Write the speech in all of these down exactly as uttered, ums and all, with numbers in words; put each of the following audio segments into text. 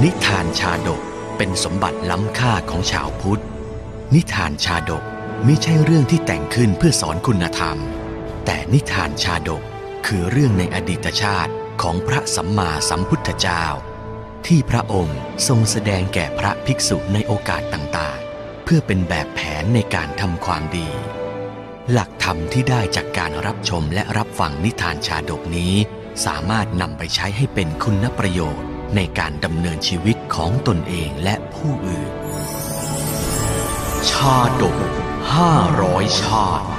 นิทานชาดกเป็นสมบัติล้ำค่าของชาวพุทธนิทานชาดกไม่ใช่เรื่องที่แต่งขึ้นเพื่อสอนคุณธรรมแต่นิทานชาดกคือเรื่องในอดีตชาติของพระสัมมาสัมพุทธเจ้าที่พระองค์ทรงแสดงแก่พระภิกษุในโอกาสต่างๆเพื่อเป็นแบบแผนในการทำความดีหลักธรรมที่ได้จากการรับชมและรับฟังนิทานชาดกนี้สามารถนำไปใช้ให้เป็นคุณประโยชน์ในการดำเนินชีวิตของตนเองและผู้อื่นชาดกห้าร้อยชาติ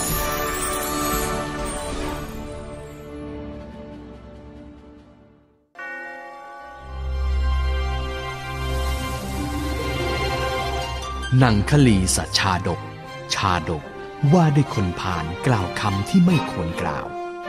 นังคลีสัชาดกชาดกว่าด้วยคนพาลกล่าวคำที่ไม่ควรกล่าว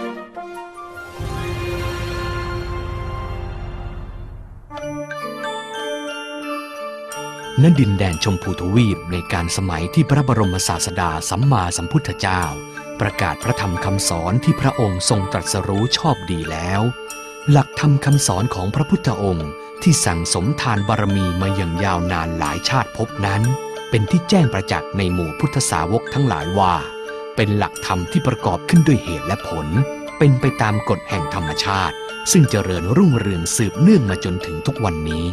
ณ ดินแดนชมพูทวีปในการสมัยที่พระบรมศาสดาสัมมาสัมพุทธเจ้าประกาศพระธรรมคำสอนที่พระองค์ทรงตรัสรู้ชอบดีแล้วหลักธรรมคำสอนของพระพุทธองค์ที่สั่งสมทานบารมีมาอย่างยาวนานหลายชาติภพนั้นเป็นที่แจ้งประจักษ์ในหมู่พุทธสาวกทั้งหลายว่าเป็นหลักธรรมที่ประกอบขึ้นด้วยเหตุและผลเป็นไปตามกฎแห่งธรรมชาติซึ่งเจริญรุ่งเรืองสืบเนื่องมาจนถึงทุกวันนี้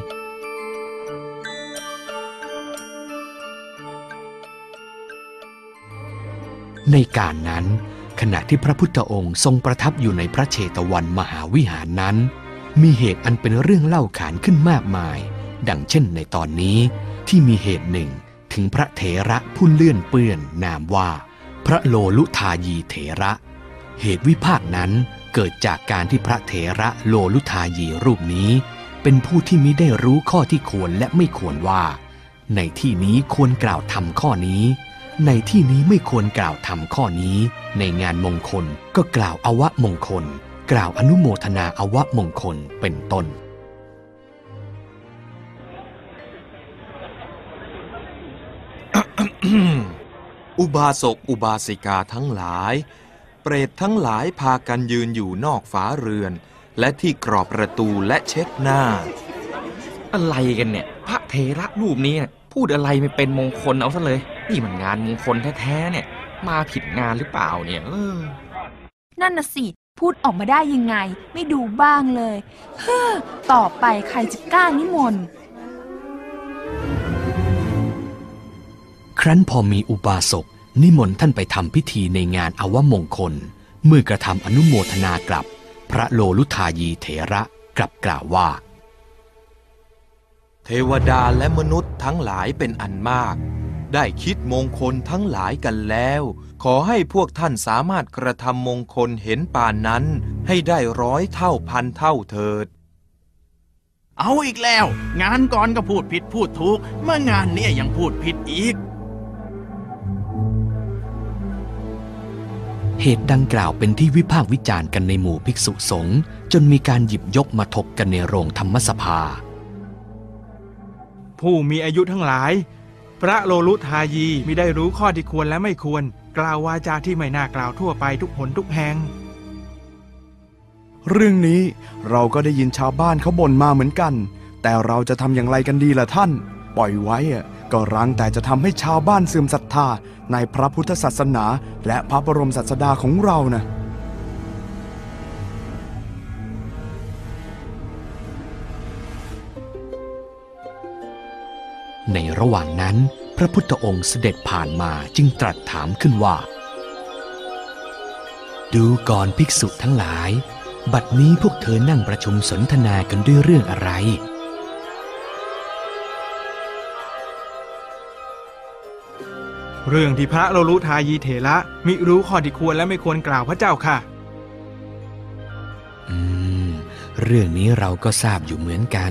ในการนั้นขณะที่พระพุทธองค์ทรงประทับอยู่ในพระเชตวันมหาวิหารนั้นมีเหตุอันเป็นเรื่องเล่าขานขึ้นมากมายดังเช่นในตอนนี้ที่มีเหตุหนึ่งถึงพระเถระผู้เลื่อนเปื้อนนามว่าพระโลลุทายีเถระเหตุวิพากษ์นั้นเกิดจากการที่พระเถระโลลุทายีรูปนี้เป็นผู้ที่มิได้รู้ข้อที่ควรและไม่ควรว่าในที่นี้ควรกล่าวธรรมข้อนี้ในที่นี้ไม่ควรกล่าวธรรมข้อนี้ในงานมงคลก็กล่าวอวมงคลกล่าวอนุโมทนาอวมงคลเป็นต้นอุบาสกอุบาสิกาทั้งหลายเปรตทั้งหลายพากันยืนอยู่นอกฝาเรือนและที่กรอบประตูและเช็ดหน้าอะไรกันเนี่ยพระเถระรูปนี้พูดอะไรไม่เป็นมงคลเอาซะเลยนี่มันงานมงคลแท้ๆเนี่ยมาผิดงานหรือเปล่าเนี่ยเออนั่นน่ะสิพูดออกมาได้ยังไงไม่ดูบ้างเลยเฮ้อต่อไปใครจะกล้านิมนต์ครั้นพอมีอุบาสกนิมนต์ท่านไปทำพิธีในงานอวมงคลเมื่อกระทำอนุโมทนากลับพระโลลุทายีเถระกลับกล่าวว่าเทวดาและมนุษย์ทั้งหลายเป็นอันมากได้คิดมงคลทั้งหลายกันแล้วขอให้พวกท่านสามารถกระทำมงคลเห็นป่านนั้นให้ได้ร้อยเท่าพันเท่าเถิดเอาอีกแล้วงานก่อนก็พูดผิดพูดถูกเมื่องานนี้ยังพูดผิดอีกเหตุดังกล่าวเป็นที่วิพากษ์วิจารณ์กันในหมู่ภิกษุสงฆ์จนมีการหยิบยกมาถกกันในโรงธรรมสภาผู้มีอายุทั้งหลายพระโลลุทายีมิได้รู้ข้อที่ควรและไม่ควรกล่าววาจาที่ไม่น่ากล่าวทั่วไปทุกหนทุกแห่งเรื่องนี้เราก็ได้ยินชาวบ้านเขาบ่นมาเหมือนกันแต่เราจะทำอย่างไรกันดีล่ะท่านปล่อยไว้ก็รังแต่จะทำให้ชาวบ้านเสื่อมศรัทธาในพระพุทธศาสนาและพระบรมศาสดาของเรานะในระหว่างนั้นพระพุทธองค์เสด็จผ่านมาจึงตรัสถามขึ้นว่าดูก่อนภิกษุทั้งหลายบัดนี้พวกเธอนั่งประชุมสนทนากันด้วยเรื่องอะไรเรื่องที่พระโลลุทายีเถระมิรู้ข้อที่ควรและไม่ควรกล่าวพระเจ้าค่ะอืมเรื่องนี้เราก็ทราบอยู่เหมือนกัน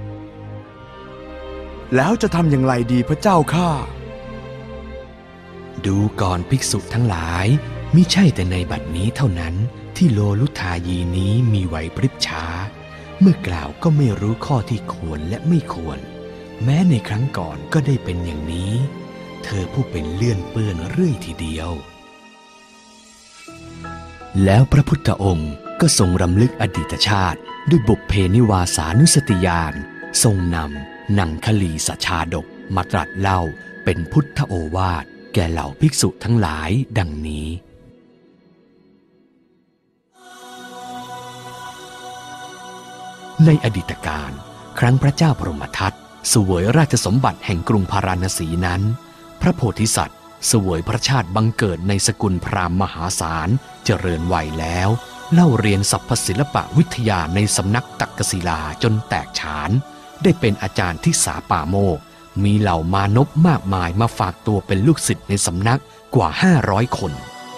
แล้วจะทำอย่างไรดีพระเจ้าข้าดูก่อนภิกษุทั้งหลายมิใช่แต่ในบัดนี้เท่านั้นที่โลลุทายีนี้มีไหวพริบช้าเมื่อกล่าวก็ไม่รู้ข้อที่ควรและไม่ควรแม้ในครั้งก่อนก็ได้เป็นอย่างนี้เธอผู้เป็นเลื่อนเปื้อนเรื่อยทีเดียวแล้วพระพุทธองค์ก็ทรงรำลึกอดีตชาติด้วยบุพเพนิวาสานุสติญาณทรงนำนังคลีสชาดกมาตรัสเล่าเป็นพุทธโอวาทแก่เหล่าภิกษุทั้งหลายดังนี้ในอดีตการครั้งพระเจ้าพรหมทัตเสวยราชสมบัติแห่งกรุงพาราณสีนั้นพระโพธิสัตว์เสวยพระชาติบังเกิดในสกุลพราหมณ์มหาศาลเจริญวัยแล้วเล่าเรียนสรรพศิลปวิทยาในสำนักตักกศิลาจนแตกฉานได้เป็นอาจารย์ที่สาปาโมกข์มีเหล่ามานพมากมายมาฝากตัวเป็นลูกศิษย์ในสำนักกว่าห้าร้อยคน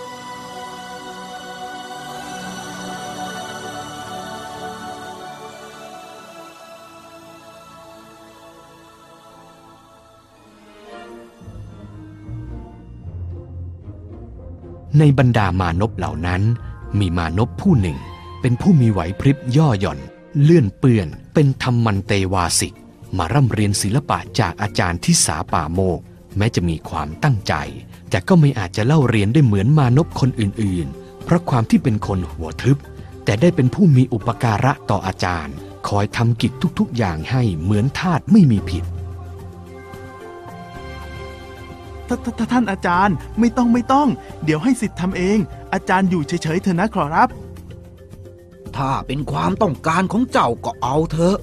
ในบรรดามานพเหล่านั้นมีมานพผู้หนึ่งเป็นผู้มีไหวพริบย่อหย่อนเลื่อนเปื้อนเป็นธรรมันเตวาสิกมาร่ำเรียนศิลปะจากอาจารย์ที่สาปาโมกข์แม้จะมีความตั้งใจแต่ก็ไม่อาจจะเล่าเรียนได้เหมือนมานพคนอื่นๆเพราะความที่เป็นคนหัวทึบแต่ได้เป็นผู้มีอุปการะต่ออาจารย์คอยทำกิจทุกๆอย่างให้เหมือนทาสไม่มีผิดท่านอาจารย์ไม่ต้องไม่ต้องเดี๋ยวให้ศิษย์ทำเองอาจารย์อยู่เฉยๆเถอะนะขอรับถ้าเป็นความต้องการของเจ้าก็เอาเถอะ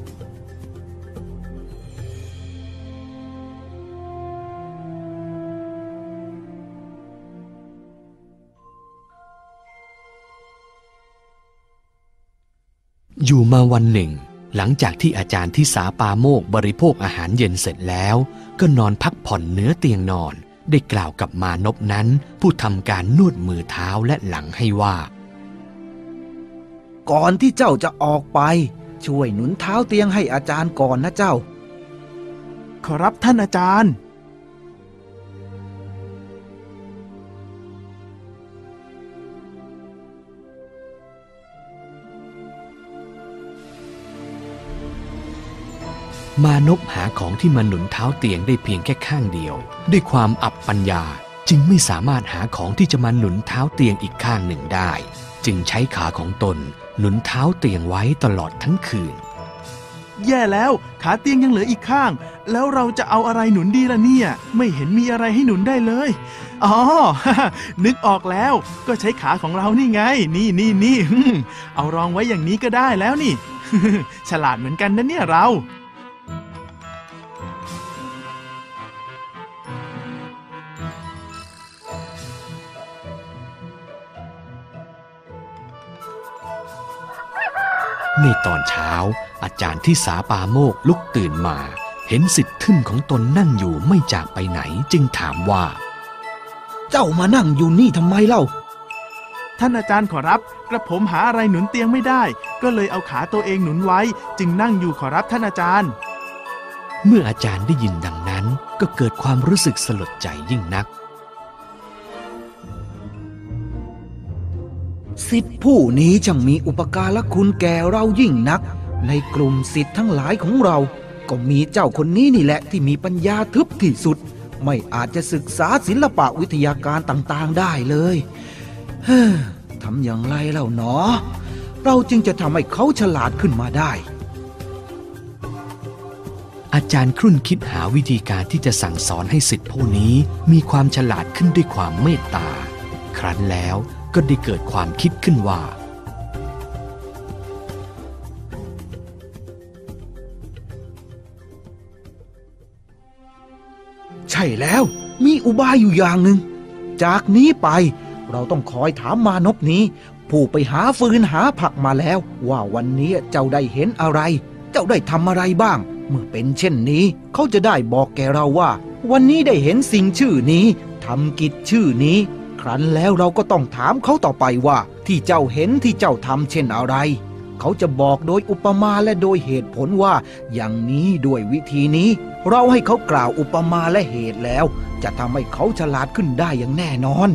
อยู่มาวันหนึ่งหลังจากที่อาจารย์ที่สาปาโมกข์บริโภคอาหารเย็นเสร็จแล้วก็นอนพักผ่อนเหนือเตียงนอนได้กล่าวกับมานพนั้นผู้ทำการนวดมือเท้าและหลังให้ว่าก่อนที่เจ้าจะออกไปช่วยหนุนเท้าเตียงให้อาจารย์ก่อนนะเจ้าขอรับท่านอาจารย์มานพหาของที่มาหนุนเท้าเตียงได้เพียงแค่ข้างเดียวด้วยความอับปัญญาจึงไม่สามารถหาของที่จะมาหนุนเท้าเตียงอีกข้างหนึ่งได้จึงใช้ขาของตนหนุนเท้าเตียงไว้ตลอดทั้งคืนแย่แล้วขาเตียงยังเหลืออีกข้างแล้วเราจะเอาอะไรหนุนดีล่ะเนี่ยไม่เห็นมีอะไรให้หนุนได้เลยอ๋อ นึกออกแล้วก็ใช้ขาของเรานี่ไงนี่นี่นี่เอารองไว้อย่างนี้ก็ได้แล้วนี่ ฉลาดเหมือนกันนะเนี่ยเราในตอนเช้าอาจารย์ที่สาปาโมกข์ลุกตื่นมาเห็นศิษย์ทึ่มของตนนั่งอยู่ไม่จากไปไหนจึงถามว่าเจ้ามานั่งอยู่นี่ทำไมเล่าท่านอาจารย์ขอรับกระผมหาอะไรหนุนเตียงไม่ได้ก็เลยเอาขาตัวเองหนุนไว้จึงนั่งอยู่ขอรับท่านอาจารย์เมื่ออาจารย์ได้ยินดังนั้นก็เกิดความรู้สึกสลดใจยิ่งนักศิษย์ผู้นี้ช่างมีอุปการะคุณแก่เรายิ่งนักในกลุ่มศิษย์ทั้งหลายของเราก็มีเจ้าคนนี้นี่แหละที่มีปัญญาทึบที่สุดไม่อาจจะศึกษาศิลปะวิทยาการต่างๆได้เลยเฮ้อทำอย่างไรเล่าหนอเราจึงจะทำให้เขาฉลาดขึ้นมาได้อาจารย์ครุ่นคิดหาวิธีการที่จะสั่งสอนให้ศิษย์ผู้นี้มีความฉลาดขึ้นด้วยความเมตตาครั้นแล้วก็ได้เกิดความคิดขึ้นว่าใช่แล้วมีอุบายอยู่อย่างหนึ่งจากนี้ไปเราต้องคอยถามมานพนี้ผู้ไปหาฟืนหาผักมาแล้วว่าวันนี้เจ้าได้เห็นอะไรเจ้าได้ทำอะไรบ้างเมื่อเป็นเช่นนี้เขาจะได้บอกแกเราว่าวันนี้ได้เห็นสิ่งชื่อนี้ทำกิจชื่อนี้ครั้นแล้วเราก็ต้องถามเขาต่อไปว่าที่เจ้าเห็นที่เจ้าทำเช่นอะไรเขาจะบอกโดยอุปมาและโดยเหตุผลว่าอย่างนี้ด้วยวิธีนี้เราให้เขากล่าวอุปมาและเหตุแล้วจะทำให้เขาฉลาดขึ้นได้อย่างแน่นอน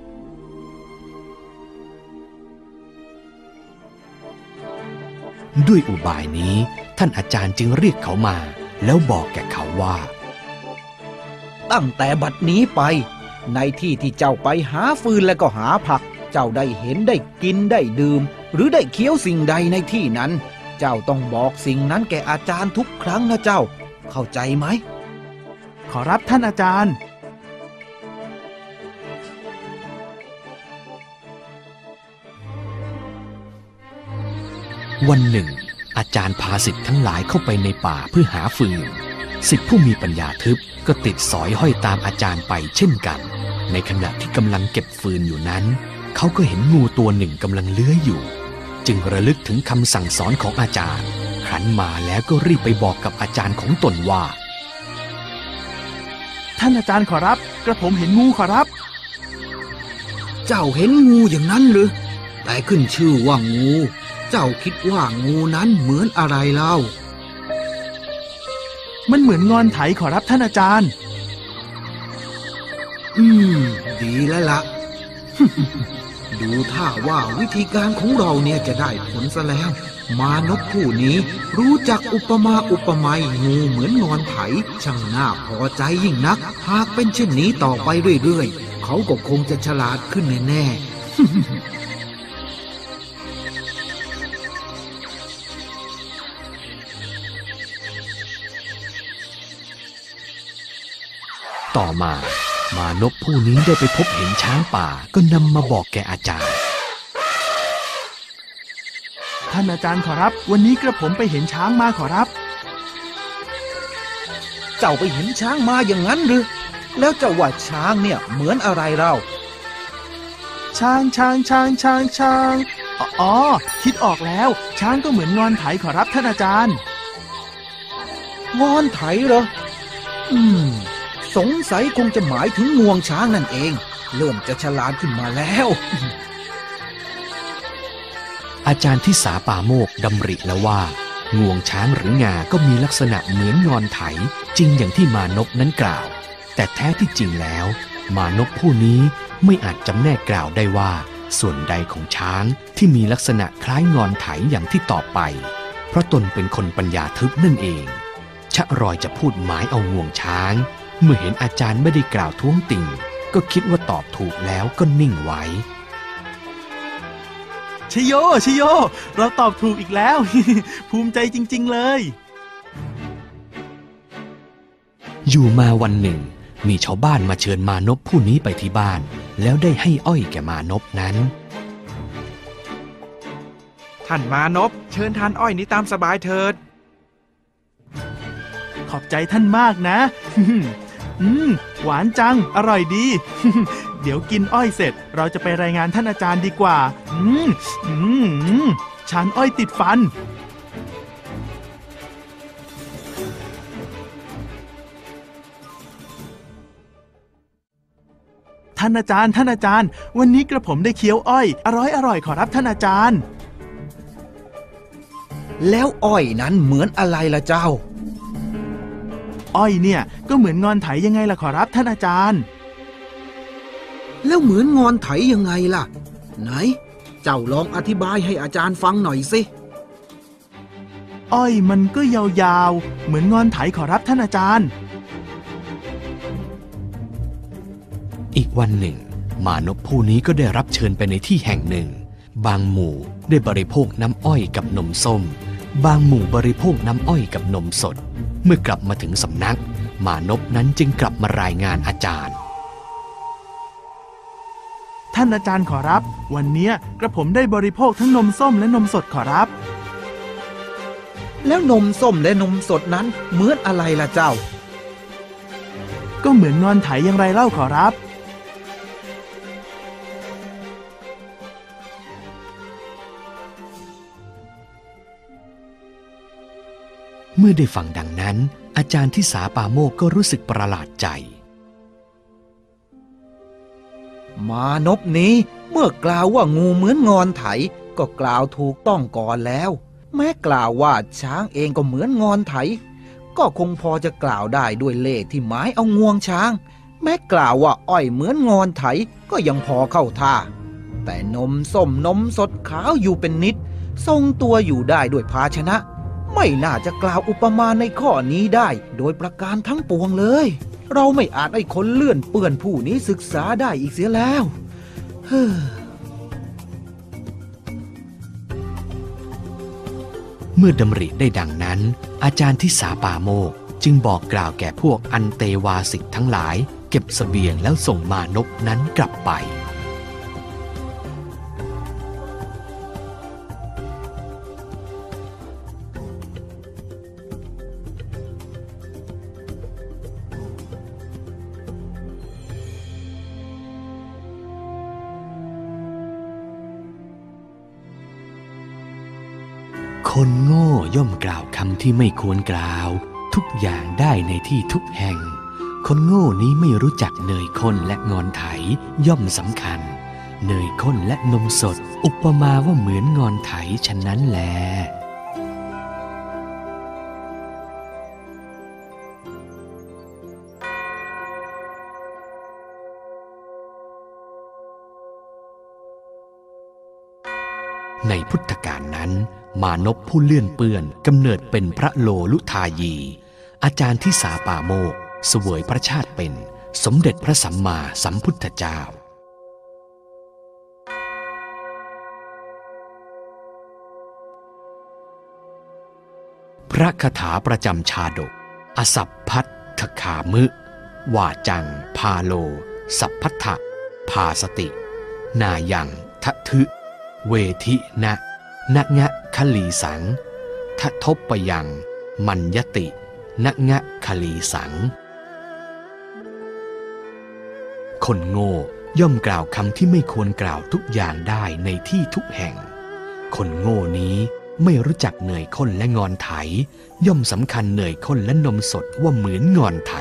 ด้วยอุบายนี้ท่านอาจารย์จึงเรียกเขามาแล้วบอกแก่เขาว่าตั้งแต่บัดนี้ไปในที่ที่เจ้าไปหาฟืนและก็หาผักเจ้าได้เห็นได้กินได้ดื่มหรือได้เคี้ยวสิ่งใดในที่นั้นเจ้าต้องบอกสิ่งนั้นแก่อาจารย์ทุกครั้งนะเจ้าเข้าใจไหมขอรับท่านอาจารย์วันหนึ่งอาจารย์พาศิษย์ทั้งหลายเข้าไปในป่าเพื่อหาฟืนศิษย์ผู้มีปัญญาทึบก็ติดสอยห้อยตามอาจารย์ไปเช่นกันในขณะที่กำลังเก็บฟืนอยู่นั้นเขาก็เห็นงูตัวหนึ่งกำลังเลื้อยอยู่จึงระลึกถึงคำสั่งสอนของอาจารย์ครั้นมาแล้วก็รีบไปบอกกับอาจารย์ของตนว่าท่านอาจารย์ขอรับกระผมเห็นงูขอรับเจ้าเห็นงูอย่างนั้นหรือแต่ขึ้นชื่อว่างูเจ้าคิดว่างูนั้นเหมือนอะไรเล่ามันเหมือนงอนไถขอรับท่านอาจารย์อืมดีแล้วละ ดูท่าว่าวิธีการของเราเนี่ยจะได้ผลซะแล้วมานพผู้นี้รู้จักอุปมาอุปไมยงูเหมือนงอนไถช่างน่าพอใจยิ่งนักหากเป็นเช่นนี้ต่อไปเรื่อยๆเขาก็คงจะฉลาดขึ้นแน่ๆต่อมามานพผู้นี้ได้ไปพบเห็นช้างป่าก็นำมาบอกแก่อาจารย์ท่านอาจารย์ขอรับวันนี้กระผมไปเห็นช้างมาขอรับเจ้าไปเห็นช้างมาอย่างนั้นหรือแล้วเจ้าว่าช้างเนี่ยเหมือนอะไรเล่าช้างช้างช้างช้างช้างอ๋อคิดออกแล้วช้างก็เหมือนงอนไถขอรับท่านอาจารย์งอนไถเหรออืมสงสัยคงจะหมายถึงงวงช้างนั่นเองเริ่มจะฉลาดขึ้นมาแล้วอาจารย์ที่สาปาโมกดำริแล้วว่างวงช้างหรืองาก็มีลักษณะเหมือนงอนไถจริงอย่างที่มานพนั้นกล่าวแต่แท้ที่จริงแล้วมานพผู้นี้ไม่อาจจำแนกกล่าวได้ว่าส่วนใดของช้างที่มีลักษณะคล้ายงอนไถอย่างที่ตอบไปเพราะตนเป็นคนปัญญาทึบนั่นเองชะรอยจะพูดหมายเอางวงช้างเมื่อเห็นอาจารย์ไม่ได้กล่าวท้วงติ่งก็คิดว่าตอบถูกแล้วก็นิ่งไว้ชโยชโยเราตอบถูกอีกแล้ว ภูมิใจจริงๆเลยอยู่มาวันหนึ่งมีชาวบ้านมาเชิญมานพผู้นี้ไปที่บ้านแล้วได้ให้อ้อยแก่มานพนั้นท่านมานพเชิญทานอ้อยนี้ตามสบายเถิดขอบใจท่านมากนะ อืมหวานจังอร่อยดี เดี๋ยวกินอ้อยเสร็จเราจะไปรายงานท่านอาจารย์ดีกว่าอืมอืมชานอ้อยติดฟันท่านอาจารย์ท่านอาจารย์วันนี้กระผมได้เคี้ยวอ้อยอร่อยอร่อยขอรับท่านอาจารย์แล้วอ้อยนั้นเหมือนอะไรล่ะเจ้าอ้อยเนี่ยก็เหมือนงอนไถยังไงล่ะขอรับท่านอาจารย์แล้วเหมือนงอนไถยังไงล่ะไหนเจ้าลองอธิบายให้อาจารย์ฟังหน่อยสิอ้อยมันก็ยาวๆเหมือนงอนไถขอรับท่านอาจารย์อีกวันหนึ่งมานพผู้นี้ก็ได้รับเชิญไปในที่แห่งหนึ่งบางหมู่ได้บริโภคน้ำอ้อยกับนมส้มบางหมู่บริโภคน้ำอ้อยกับนมสดเมื่อกลับมาถึงสำนักมานพนั้นจึงกลับมารายงานอาจารย์ท่านอาจารย์ขอรับวันนี้กระผมได้บริโภคทั้งนมส้มและนมสดขอรับแล้วนมส้มและนมสดนั้นเหมือนอะไรล่ะเจ้าก็เหมือนงอนไถอย่างไรเล่าขอรับเมื่อได้ฟังดังนั้นอาจารย์ที่สาปาโมกก็รู้สึกประหลาดใจมานพนี้เมื่อกล่าวว่างูเหมือนงอนไถก็กล่าวถูกต้องก่อนแล้วแม้กล่าวว่าช้างเองก็เหมือนงอนไถก็คงพอจะกล่าวได้ด้วยเล่ห์ที่หมายเอางวงช้างแม้กล่าวว่าอ้อยเหมือนงอนไถก็ยังพอเข้าท่าแต่นมส้มนมสดขาวอยู่เป็นนิดทรงตัวอยู่ได้ด้วยภาชนะไม่น่าจะกล่าวอุปมาในข้อนี้ได้โดยประการทั้งปวงเลยเราไม่อาจให้คนเลื่อนเปื้อนผู้นี้ศึกษาได้อีกเสียแล้วเฮ้อเมื่อดำริได้ดังนั้นอาจารย์ทิสาปาโมกจึงบอกกล่าวแก่พวกอันเตวาสิกทั้งหลายเก็บเสบียงแล้วส่งมานพนั้นกลับไปคนโง่ย่อมกล่าวคำที่ไม่ควรกล่าวทุกอย่างได้ในที่ทุกแห่งคนโง่นี้ไม่รู้จักเนยข้นและงอนไถย่อมสำคัญเนยข้นและนมสดอุปมาว่าเหมือนงอนไถฉะนั้นแลในพุทธกาลนั้นมานพผู้เลื่อนเปื้อนกำเนิดเป็นพระโลลุทายีอาจารย์ทิสาปาโมกเสวยพระชาติเป็นสมเด็จพระสัมมาสัมพุทธเจ้าพระคาถาประจำชาดกอสัพพัทถคามึวาจังพาโลสัพพัทธะพาสตินายังทะทึเวทินะนะงะคลีสังทะทบปยังมัญญตินะงะคลีสังคนโง่ย่อมกล่าวคำที่ไม่ควรกล่าวทุกอย่างได้ในที่ทุกแห่งคนโง่นี้ไม่รู้จักเนยข้นและงอนไถย่อมสำคัญเนยข้นและนมสดว่าเหมือนงอนไถ